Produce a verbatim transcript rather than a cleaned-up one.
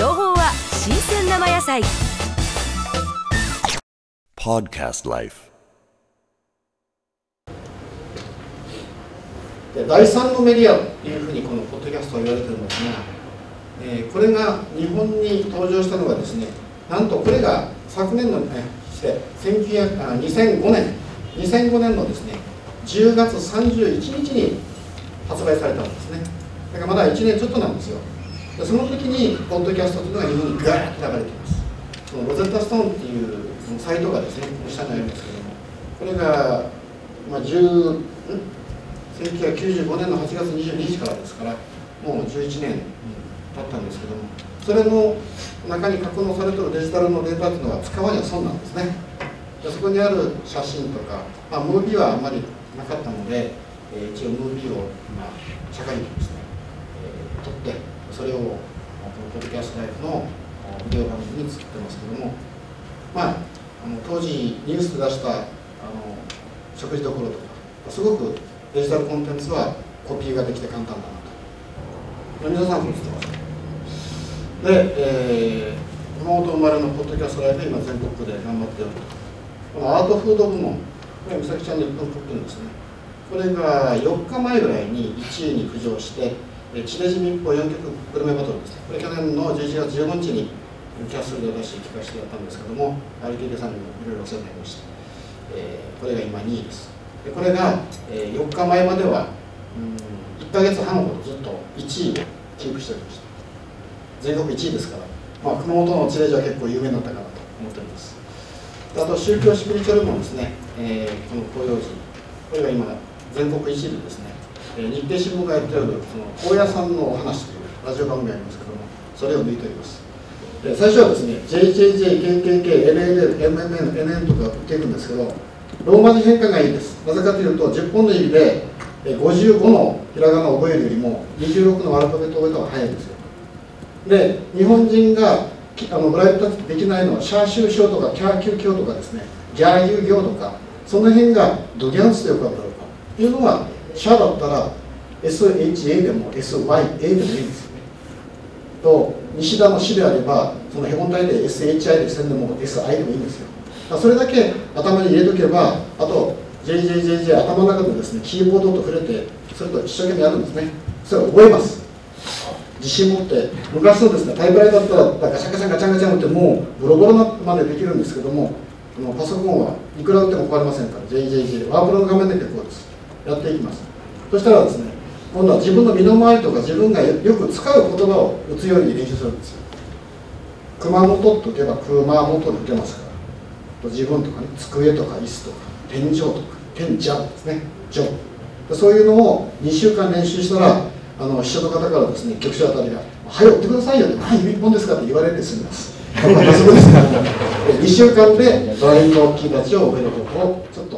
情報は新鮮生野菜。 Podcast Life。 だいさんのメディアというふうにこのポッドキャストは言われてるんですが、えー、これが日本に登場したのがですね、なんとこれが昨年の、えー、にせんごねんにせんごねんのですねじゅうがつさんじゅういちにちに発売されたんですね。だからまだいちねんちょっとなんですよ。でその時にポッドキャストというのが日本にガーッと流れています。そのロゼッタストーンっていうサイトがですね、この下にありますけども、これが、まあ、じゅう、せんきゅうひゃくきゅうじゅうごねんのはちがつにじゅうににちからですから、もうじゅういちねん経ったんですけども、それの中に格納されているデジタルのデータというのは使わには損なんですね。でそこにある写真とか、まあ、ムービーはあんまりなかったので、えー、一応ムービーを、まあ、社会にですね、えー、撮って、それをこのポッドキャストライフのビデオ番組に作ってますけども、まあ、あの当時ニュースで出したあの食事どころとか、すごくデジタルコンテンツはコピーができて簡単だなと。皆さんも言ってます。で、えー、熊本生まれのポッドキャストライフで今全国で頑張っていると。このアートフード部門、これ美咲ちゃんのいっぷんトップですね。これがよっかまえぐらいにいちいに浮上して、地デジ民放よんきょくグルメバトルですね。これ去年のじゅういちがつじゅうごにちにキャッスルで出して聞かせてやったんですけども、アールケーケー さんにもいろいろお世話になりました。えー、これが今にいです。でこれが、えー、よっかまえまではうんいっかげつはんほどずっといちいをキープしておりました。全国いちいですから、まあ、熊本の地デジは結構有名になったかなと思っております。あと宗教スピリチュアルもですね、えー、この紅葉寺、これが今全国一部ですね、えー、日経新聞がやっておるその高野山のお話というラジオ番組がありますけども、それを抜いております。で最初はですね ジェイジェイジェイ、ケーケーケー、エルエルエル、エムエムエヌ、エヌエヌ とか打っていくんですけど、ローマ字変換がいいです。なぜかというとじゅっぽんの指でごじゅうごのひらがなを覚えるよりもにじゅうろくのアルファベットを覚えた方が早いんですよ。で日本人があのブライトタッチできないのはシャーシューショーとかキャーキューキョーとかですね、ギャーユーギョーとか、その辺がドギャンスでよく当たるというのは、シャーだったら エスエイチエー でも エスワイエー でもいいんですよね。と西田の死であれば、そのヘボン体で エスエイチアイ でせんでも エスアイ でもいいんですよ。それだけ頭に入れとけば、あと ジェイジェイジェイジェイ 頭の中でですね、キーボードと触れて、それと一生懸命やるんですね。それを覚えます。自信持って、昔のですね、タイプライターだったらガチャガチャガチャガチャ打ってもうボロボロなまでできるんですけども、パソコンはいくら打っても壊れませんから、ジェイジェイジェイ ワープロの画面で結構です。やっていきます。そしたらですね、今度は自分の身の回りとか自分がよく使う言葉を打つように練習するんですよ。熊本と打てば熊本で打てますから。自分とかね、机とか椅子とか天井とか天井ですね、上。そういうのをにしゅうかん練習したら、あの秘書の方からですね、局長あたりが「はい、追ってくださいよ」って「はい、指一本ですか?」って言われて済みます。そうですから、にしゅうかんでドライングのキーたちを覚える方法をちょっと